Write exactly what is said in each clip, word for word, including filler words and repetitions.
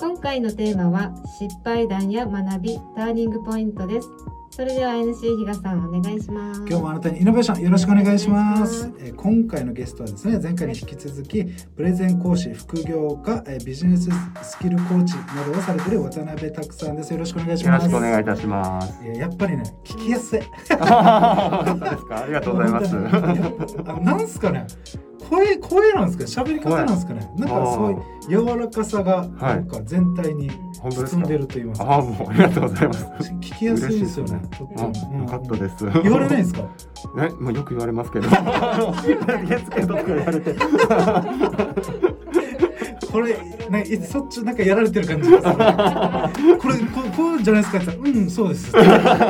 今回のテーマは失敗談や学び、ターニングポイントです。それでは エヌシー 比嘉さんお願いします。 今日もあなたにイノベーションよろしくお願いします。えー、今回のゲストはですね、前回に引き続きプレゼン講師、副業家、えー、ビジネススキルコーチなどをされている渡辺拓さんです。よろしくお願いします。 よろしくお願いいたします。 えー、やっぱりね、聞きやすい。 本当ですか。ありがとうございます。 あのなんすかね、声声なんですか、喋り方なんですかね。なんかすごい柔らかさがなんか全体に包んでると言いますか。 ああ、もうありがとうございます。 聞きやすいですよね。とっても、 うん、よかったです。 言われないですか。 ね、もうよく言われますけど。月けとか言われて。 これなんかそっちなんかやられてる感じですね。これここうじゃないですかって言ったら、うんそうです。や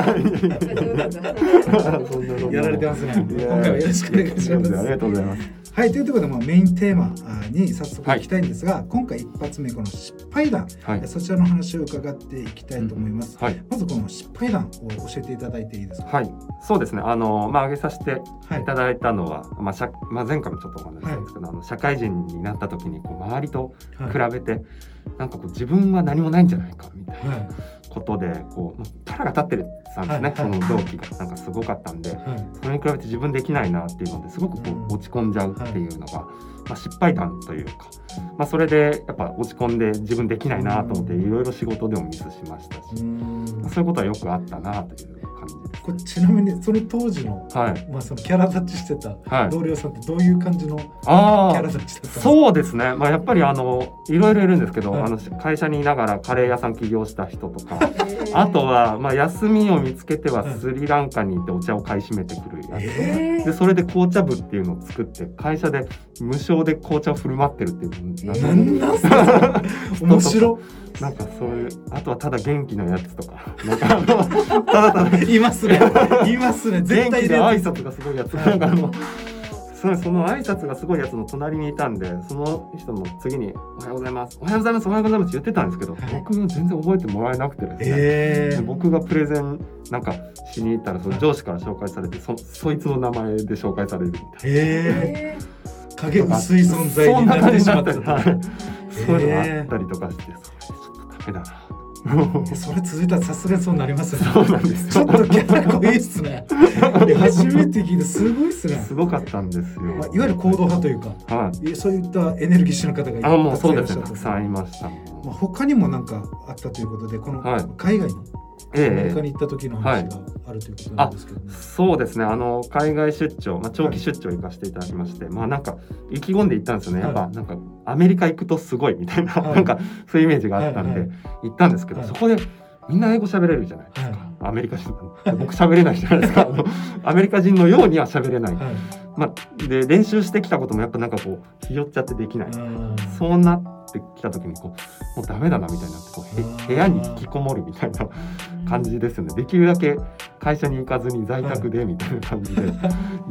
られてますね。今回はよろしくお願いします。 ありがとうございます。 はい、ということで、まあ、メインテーマに早速いきたいんですが、はい、今回一発目この失敗談、はい、そちらの話を伺っていきたいと思います。うん、はい、まずこの失敗談を教えていただいていいですか。 はい、そうですね。あのまあ挙げさせていただいたのは、はい、まあしゃまあ前回もちょっとお話ししたんですけど、はい、あの社会人になった時にこう周りと比べて、はい、なんかこう自分は何もないんじゃないかみたいなことで、こうキャラが立ってるさんですね。その同期がなんかすごかったんで、はい、それに比べて自分できないなっていうのですごくこう落ち込んじゃうっていうのが、はい、まあ、失敗談というか、まあ、それでやっぱ落ち込んで自分できないなと思っていろいろ仕事でもミスしましたし、まあ、そういうことはよくあったなという感じです。 これちなみにその当時の、はい、まあ、そのキャラ立ちしてた同僚さんってどういう感じのキャラ立ちだったんですか。 そうですね、まあ、やっぱりあのいろいろいるんですけど、はい、あの会社にいながらカレー屋さん起業した人とかあとはまあ休みを見つけてはスリランカに行ってお茶を買い占めてくるやつ、えー、でそれで紅茶部っていうのを作って会社で無償で紅茶を振る舞ってるっていう、 なんなんすか面白なんかそういう、あとはただ元気のやつとか、なんかあのただただいますね、いますね、絶対元気の挨拶がすごいやつ、なんかあのそのその挨拶がすごいやつの隣にいたんで、その人の次におはようございます、おはようございます、おはようございますって言ってたんですけど、はい、僕全然覚えてもらえなくてですね、えー、で僕がプレゼンなんかしに行ったらその上司から紹介されて、そそいつの名前で紹介されるみたいな。 えー、影薄い存在になってしまった。 そういうのがあったりとかして、それちょっとダメだな。 それ続いたらさすがにそうなりますよね。 そうなんです。 ちょっとキャラ濃いっすね。初めて聞いてすごいっすね。 すごかったんですよ。 まあ、いわゆる行動派というか、はい、そういったエネルギッシュな方がいた。あ、もうそうですね。たくさんいました。まあ、他にもなんかあったということで、この海外に、アメリカに行った時の話があるということなんですけど、ね、 はい、そうですね。あの海外出張、まあ、長期出張行かせていただきまして、はい、まあなんか意気込んで行ったんですよね。やっぱなんかアメリカ行くとすごいみたいな、はい、なんかそういうイメージがあったんで、はいはい、行ったんですけど、はい、そこでみんな英語喋れるじゃないですか。はい、アメリカ人僕喋れないじゃないですか。あのアメリカ人のようには喋れない。はい、まあで練習してきたこともやっぱなんかこうひよっちゃってできない。そうなってきた時にこうもうダメだなみたいになってこう部屋に引きこもるみたいな感じですよね。できるだけ会社に行かずに在宅でみたいな感じで、はい、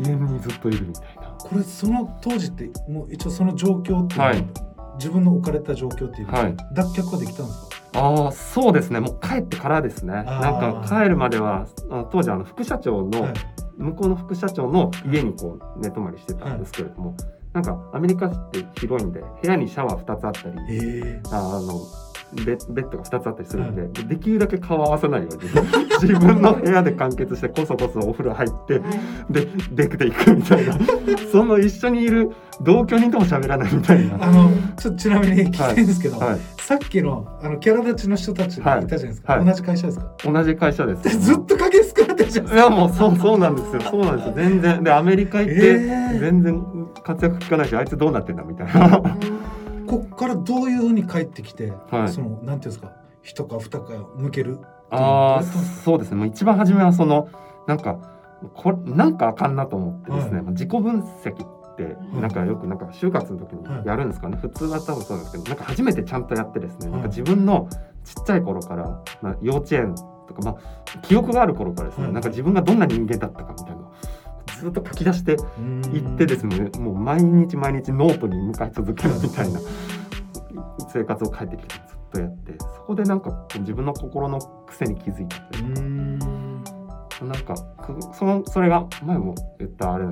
家にずっといるみたいな。 これその当時ってもう一応その状況っていうのは、はい、自分の置かれた状況っていうのは、はい、脱却はできたんですか。 ああ、そうですね。もう帰ってからですね。なんか帰るまでは当時あの副社長の、はい、向こうの副社長の家にこう寝泊まりしてたんですけれども、はい、なんかアメリカって広いんで部屋にシャワーふたつあったり、えー、あの ベ, ベッドがふたつあったりするんで、はい、できるだけ顔合わせないように自分の部屋で完結してこそこそお風呂入ってで出ていくみたいなその一緒にいる同居人とも喋らないみたいな。 あのちょっとちなみに聞きたいんですけど、はいはい、さっき の, あのキャラ立ちの人たちがいたじゃないですか、はいはい、同じ会社ですか。 同じ会社です。 ずっと影少なってるじゃないですか。 いやもうそうそうなんですよ。そうなんですよ。全然でアメリカ行って全然活躍聞かないし、あいつどうなってんだみたいなこっからどういう風に帰ってきて、はい、そのなんていうんですか、一か二か向ける。 ああ、そうですね。もう一番初めはそのなんかこなんかあかんなと思ってですね、はい、自己分析ってなんかよくなんか就活の時にやるんですかね、はい、普通は多分そうなんですけど、なんか初めてちゃんとやってですね、はい、なんか自分のちっちゃい頃から、まあ、幼稚園とか、まあ、記憶がある頃からですね、はい、なんか自分がどんな人間だったかみたいなのをずっと書き出していってですね、もう毎日毎日ノートに向かい続けるみたいな生活を書いてきてずっとやって、そこでなんか自分の心の癖に気づいたというか、うーんなんかそのそれが前も言ったあれですけど、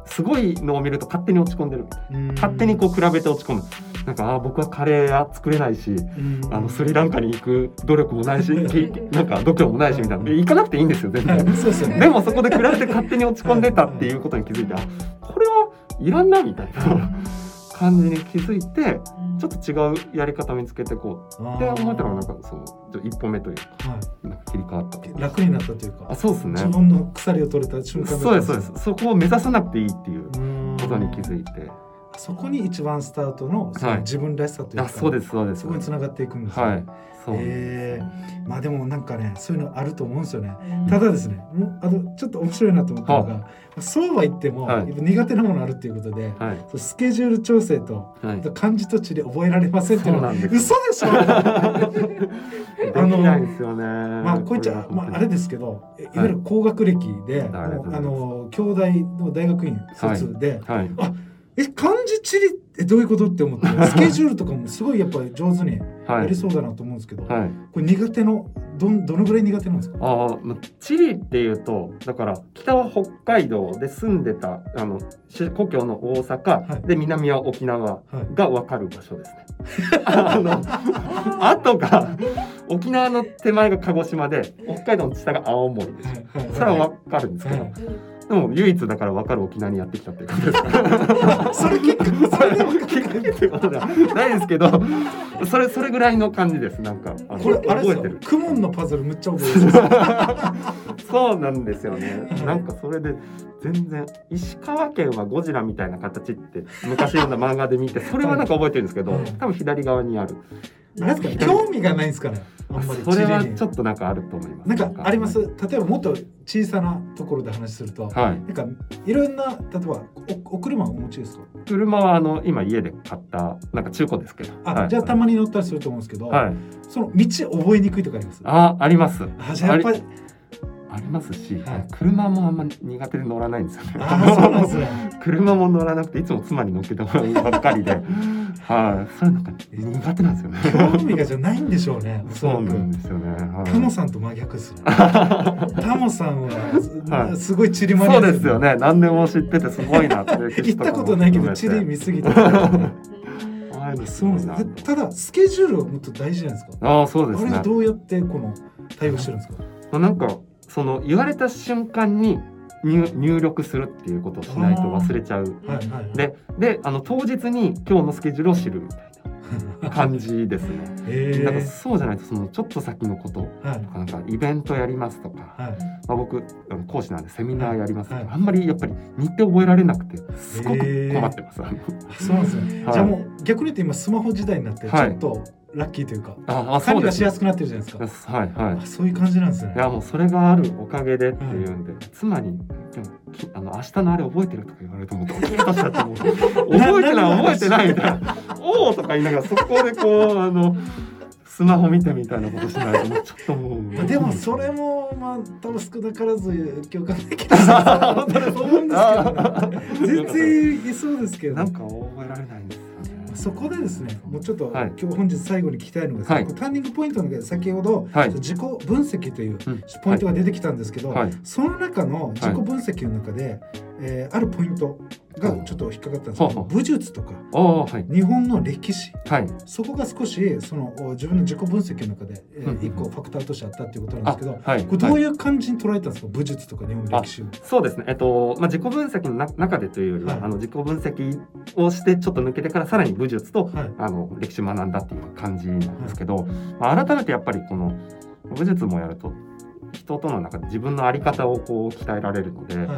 すごいのを見ると勝手に落ち込んでるみたいな、勝手にこう比べて落ち込む、なんかあ僕はカレー屋作れないし、あのスリランカに行く努力もないしなんか度胸もないしみたいな、行かなくていいんですよ全然そうですよ、ね、でもそこで比べて勝手に落ち込んでたっていうことに気づいて、あこれはいらんなみたいな感じに気づいて、ちょっと違うやり方見つけてこうって思ったのがなんかその一歩目というか、はい、なんか切り替わった楽になったというか、 あそうですね、 自分の鎖を取れた瞬間だったそうですそうです、そこを目指さなくていいっていうことに気づいて、 そこに一番スタートのその自分らしさというか、 はい、あそうですそうです、 そこに繋がっていくんですね、 はいそうえー、まあでもなんかねそういうのあると思うんですよね、うん、ただですねもうあとちょっと面白いなと思ったのが、はそうは言っても、はい、苦手なものあるっていうことで、はい、スケジュール調整と、はい、漢字と地で覚えられませんっていうのは嘘でしょあのないですよね、 まあこういっちゃ、まあ、あれですけどいわゆる高学歴で、はい、もうあの京大の大学院卒で、はいはい、あえ漢字地理ってどういうことって思ってスケジュールとかもすごいやっぱり上手にやりそうだなと思うんですけど、はい、これ苦手のどどのぐらい苦手なんですか？ あ地理っていうとだから北は北海道で住んでたあの故郷の大阪、はい、で南は沖縄が分かる場所ですね、はい、あのあとが沖縄の手前が鹿児島で北海道の下が青森です、はいはいはい、それは分かるんですけど、はいでも唯一だから分かる沖縄にやってきたっていうことですからそれ結構それでもきっかけってことではないですけどそれそれぐらいの感じです。なんかあのこれあれ覚えてるクモンのパズルむっちゃ覚えてるそうなんですよね。なんかそれで全然石川県はゴジラみたいな形って昔読んだ漫画で見てそれはなんか覚えてるんですけど、多分左側にあるなんですか興味がないんですかね。あんまりそれはちょっとなんかあると思います。 なんかあります。例えばもっと小さなところで話すると、はい、なんかいろんな例えば お, お車をお持ちですか？ 車はあの今家で買ったなんか中古ですけど。 あ、 はい、 じゃあたまに乗ったりすると思うんですけど、はい、その道覚えにくいとかあります？ あ、あります。 あ、じゃあやっぱり。 ありますし、はい、車もあんま苦手で乗らないんですよね。 あ、そうなんですね。 車も乗らなくていつも妻に乗っけてもらうばっかりで、はい、それなんか苦手なんですよね。 興味がじゃないんでしょうね。 そうなんですよね。はい、 タモさんと真逆ですね。タモさんは、はい、すごい地理マニア、 ね、そうですよね。何でも知っててすごいなって。 行ったことないけど地理見すぎて。そうなんです。ただスケジュールはもっと大事なんですか？ ああ、そうですね。 あれどうやってこの対応してるんですか？ まあ、なんかその言われた瞬間に 入, 入力するっていうことをしないと忘れちゃう、はいはいはい、で, であの当日に今日のスケジュールを知るみたいな感じですね。なんかそうじゃないとそのちょっと先のこととか、はい、なんかイベントやりますとか、はいまあ、僕講師なんでセミナーやりますとか、はい、あんまりやっぱり日程覚えられなくてすごく困ってます。 そうなんですね、はい、じゃあもう逆に言って今スマホ時代になってちょっと、はいラッキーというか、ああ管理がしやすくなってるじゃないですか。 はいはい。 そういう感じなんですね。 いやもうそれがあるおかげでっていうんで、はい、妻にでもあの明日のあれ覚えてるとか言われるともうドキッとしちゃってもう覚えてない覚えてないみたいなおおとか言いながらそこでこうあのスマホ見てみたいなことしないともうちょっともうでもそれもまあ多分少なからず共感できると思うんですけど、ね、全然いそうですけど、 なんか覚えられないんです。 そこでですね、もうちょっと、はい、今日本日最後に聞きたいのが、はい、ターニングポイントの先ほど、はい、自己分析というポイントが出てきたんですけど、はい、その中の自己分析の中で、はいえー、あるポイントがちょっと引っかかったんですけど、はい、武術とか、はい、日本の歴史、はい、そこが少しその自分の自己分析の中で、えー、一個ファクターとしてあったっていうことなんですけど、はい、これどういう感じに捉えたんですか、武術とか日本の歴史を。 そうですね、えっとまあ、自己分析のな中でというよりは、はい、あの自己分析をしてちょっと抜けてからさらに武術と、はい、あの歴史を学んだっていう感じなんですけど、はいまあ、改めてやっぱりこの武術もやると人との中で自分の在り方をこう鍛えられるので、はい、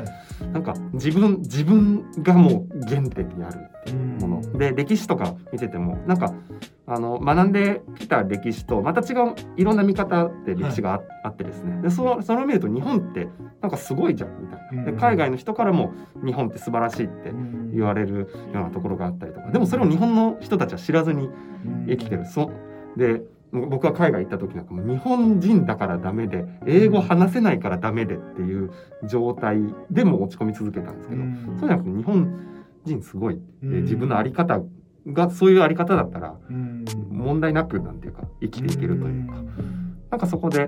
なんか自分自分がもう原点にあるっていうもので、歴史とか見ててもなんかあの学んできた歴史とまた違ういろんな見方で歴史が あ,、はい、あってですね、で そ, それを見ると日本ってなんかすごいじゃんみたいな、で海外の人からも日本って素晴らしいって言われるようなところがあったりとか、でもそれを日本の人たちは知らずに生きてる。そで僕は海外行った時なんかも日本人だからダメで英語話せないからダメでっていう状態でも落ち込み続けたんですけど、そうじゃなくて日本人すごいで自分の在り方がそういう在り方だったら問題なくなんていうか生きていけるというか、なんかそこで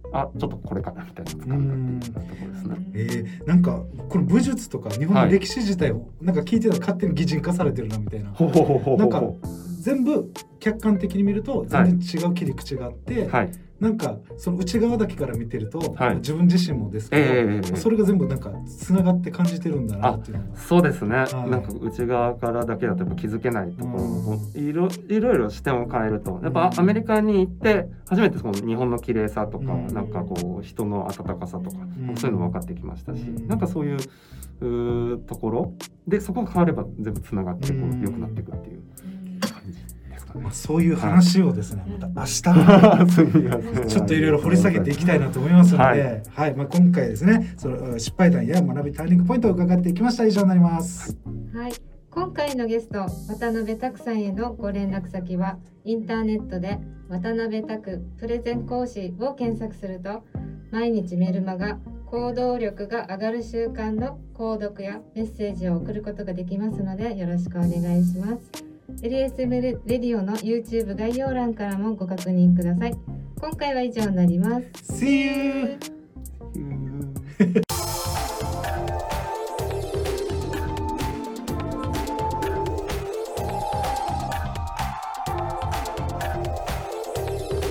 あちょっとこれかなみたいな掴んだっていうところですね。 えー、なんかこの武術とか日本の歴史自体をなんか聞いてたら勝手に擬人化されてるなみたいな、 ほほほほほなんか全部客観的に見ると全然違う切り口があって、 はい、 なんかその内側だけから見てると、 はい、 自分自身もですけど、 えー、 それが全部なんかつながって感じてるんだなっていうのが。 そうですね、 はい、 なんか内側からだけだとやっぱ気づけないところも、うん、いろいろいろ視点を変えるとやっぱアメリカに行って初めてその日本の綺麗さとか、うん、なんかこう人の温かさとか、うん、そういうの分かってきましたし、うん、なんかそういううところでそこが変われば全部つながってこう良くなっていくっていう感じですかね。 まあ、そういう話をですね、はい、また明日ちょっといろいろ掘り下げていきたいなと思いますので、はいはい、まあ、今回ですねその失敗談や学びターニングポイントを伺っていきました。以上になります。 はい、今回のゲスト渡辺拓さんへのご連絡先はインターネットで渡辺拓プレゼン講師を検索すると毎日メルマガ行動力が上がる習慣の購読やメッセージを送ることができますのでよろしくお願いします。エルエスエム レディオの YouTube 概要欄からもご確認ください。今回は以上になります。 See you!